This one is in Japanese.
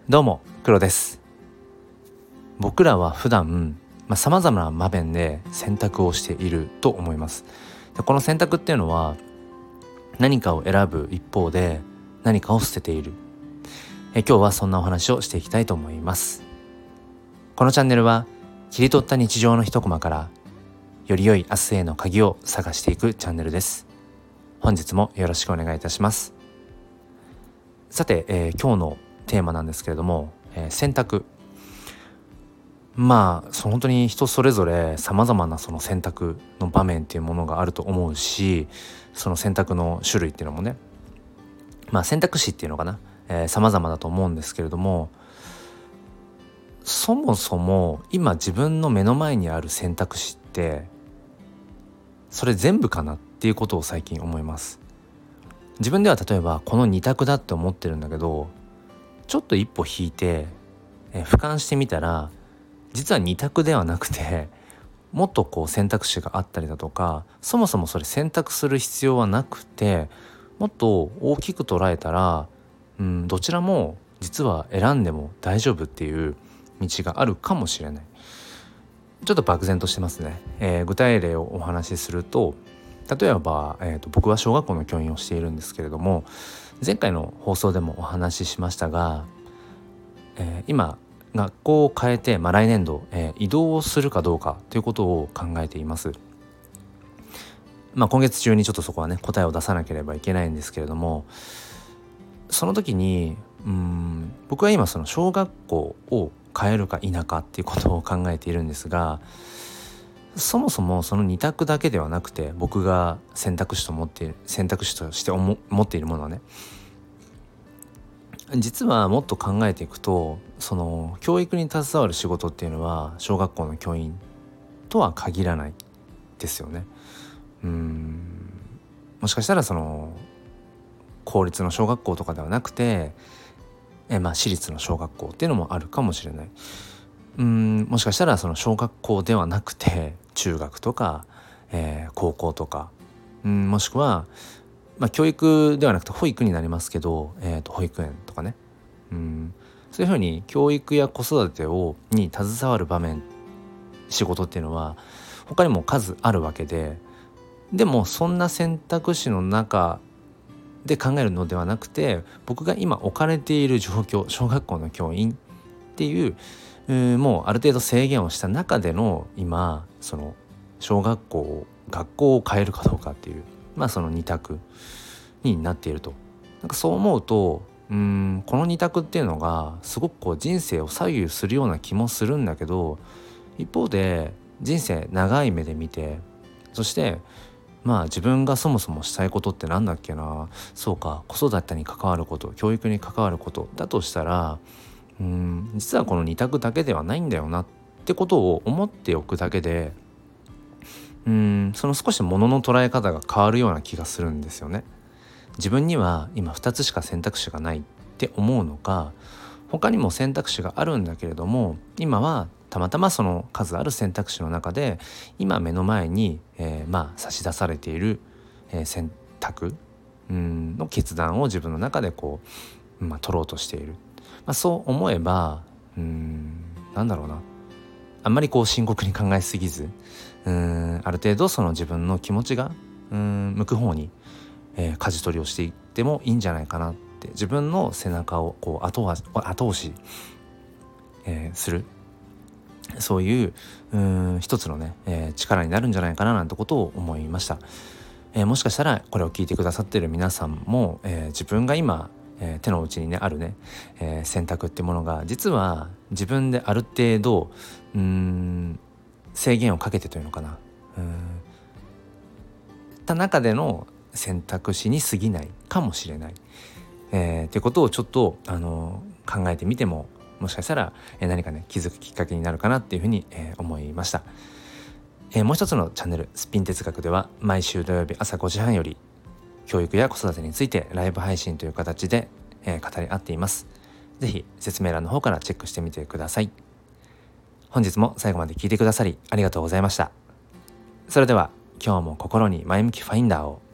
どうも、黒です。僕らは普段、様々な場面で選択をしていると思います。でこの選択っていうのは何かを選ぶ一方で何かを捨てている。今日はそんなお話をしていきたいと思います。このチャンネルは切り取った日常の一コマからより良い明日への鍵を探していくチャンネルです。本日もよろしくお願いいたします。さて、今日のテーマなんですけれども、選択。本当に人それぞれ様々なその選択の場面っていうものがあると思うし、その選択の種類っていうのもね、選択肢っていうのかな、様々だと思うんですけれども、そもそも今自分の目の前にある選択肢ってそれ全部かなっていうことを最近思います。自分では例えばこの二択だって思ってるんだけど、ちょっと一歩引いて、俯瞰してみたら実は二択ではなくて、もっと選択肢があったりだとか、そもそもそれ選択する必要はなくて、もっと大きく捉えたら、どちらも実は選んでも大丈夫っていう道があるかもしれない。ちょっと漠然としてますね。具体例をお話しすると、例えば、僕は小学校の教員をしているんですけれども、前回の放送でもお話ししましたが、今学校を変えて、来年度、移動をするかどうかということを考えています。今月中にちょっとそこはね答えを出さなければいけないんですけれども、その時に僕は今その小学校を変えるか否かっていうことを考えているんですが、そもそもその二択だけではなくて、僕が選択肢として持っているものはね、実はもっと考えていくと、その教育に携わる仕事っていうのは小学校の教員とは限らないですよね。もしかしたらその公立の小学校とかではなくて、私立の小学校っていうのもあるかもしれない。もしかしたらその小学校ではなくて中学とか、高校とか、もしくは、教育ではなくて保育になりますけど、保育園とかね、そういうふうに教育や子育てに携わる場面、仕事っていうのは他にも数あるわけで、でもそんな選択肢の中で考えるのではなくて、僕が今置かれている状況、小学校の教員っていう、もうある程度制限をした中での今その学校を変えるかどうかっていう、その二択になっていると。そう思うと、この二択っていうのがすごく人生を左右するような気もするんだけど、一方で人生長い目で見て、そして自分がそもそもしたいことってなんだっけな、そうか、子育てに関わること、教育に関わることだとしたら、実はこの二択だけではないんだよなってことを思っておくだけで、その少し物の捉え方が変わるような気がするんですよね。自分には今2つしか選択肢がないって思うのか、他にも選択肢があるんだけれども、今はたまたまその数ある選択肢の中で今目の前に、差し出されている、選択の決断を自分の中で取ろうとしている。そう思えば、なんだろうな、あんまり深刻に考えすぎず、ある程度その自分の気持ちが向く方に、舵取りをしていってもいいんじゃないかなって、自分の背中を後押し、する、そういう一つのね、力になるんじゃないかななんてことを思いました。もしかしたらこれを聞いてくださっている皆さんも、自分が今、手の内にねあるね、選択ってものが実は自分である程度制限をかけてというのかな、た中での選択肢に過ぎないかもしれない、っていうことをちょっと考えてみても、もしかしたら、何かね気づくきっかけになるかなっていうふうに、思いました。もう一つのチャンネルスピン哲学では毎週土曜日朝5時半より教育や子育てについてライブ配信という形で、語り合っています。ぜひ説明欄の方からチェックしてみてください。本日も最後まで聞いてくださりありがとうございました。それでは今日も心に前向きファインダーを。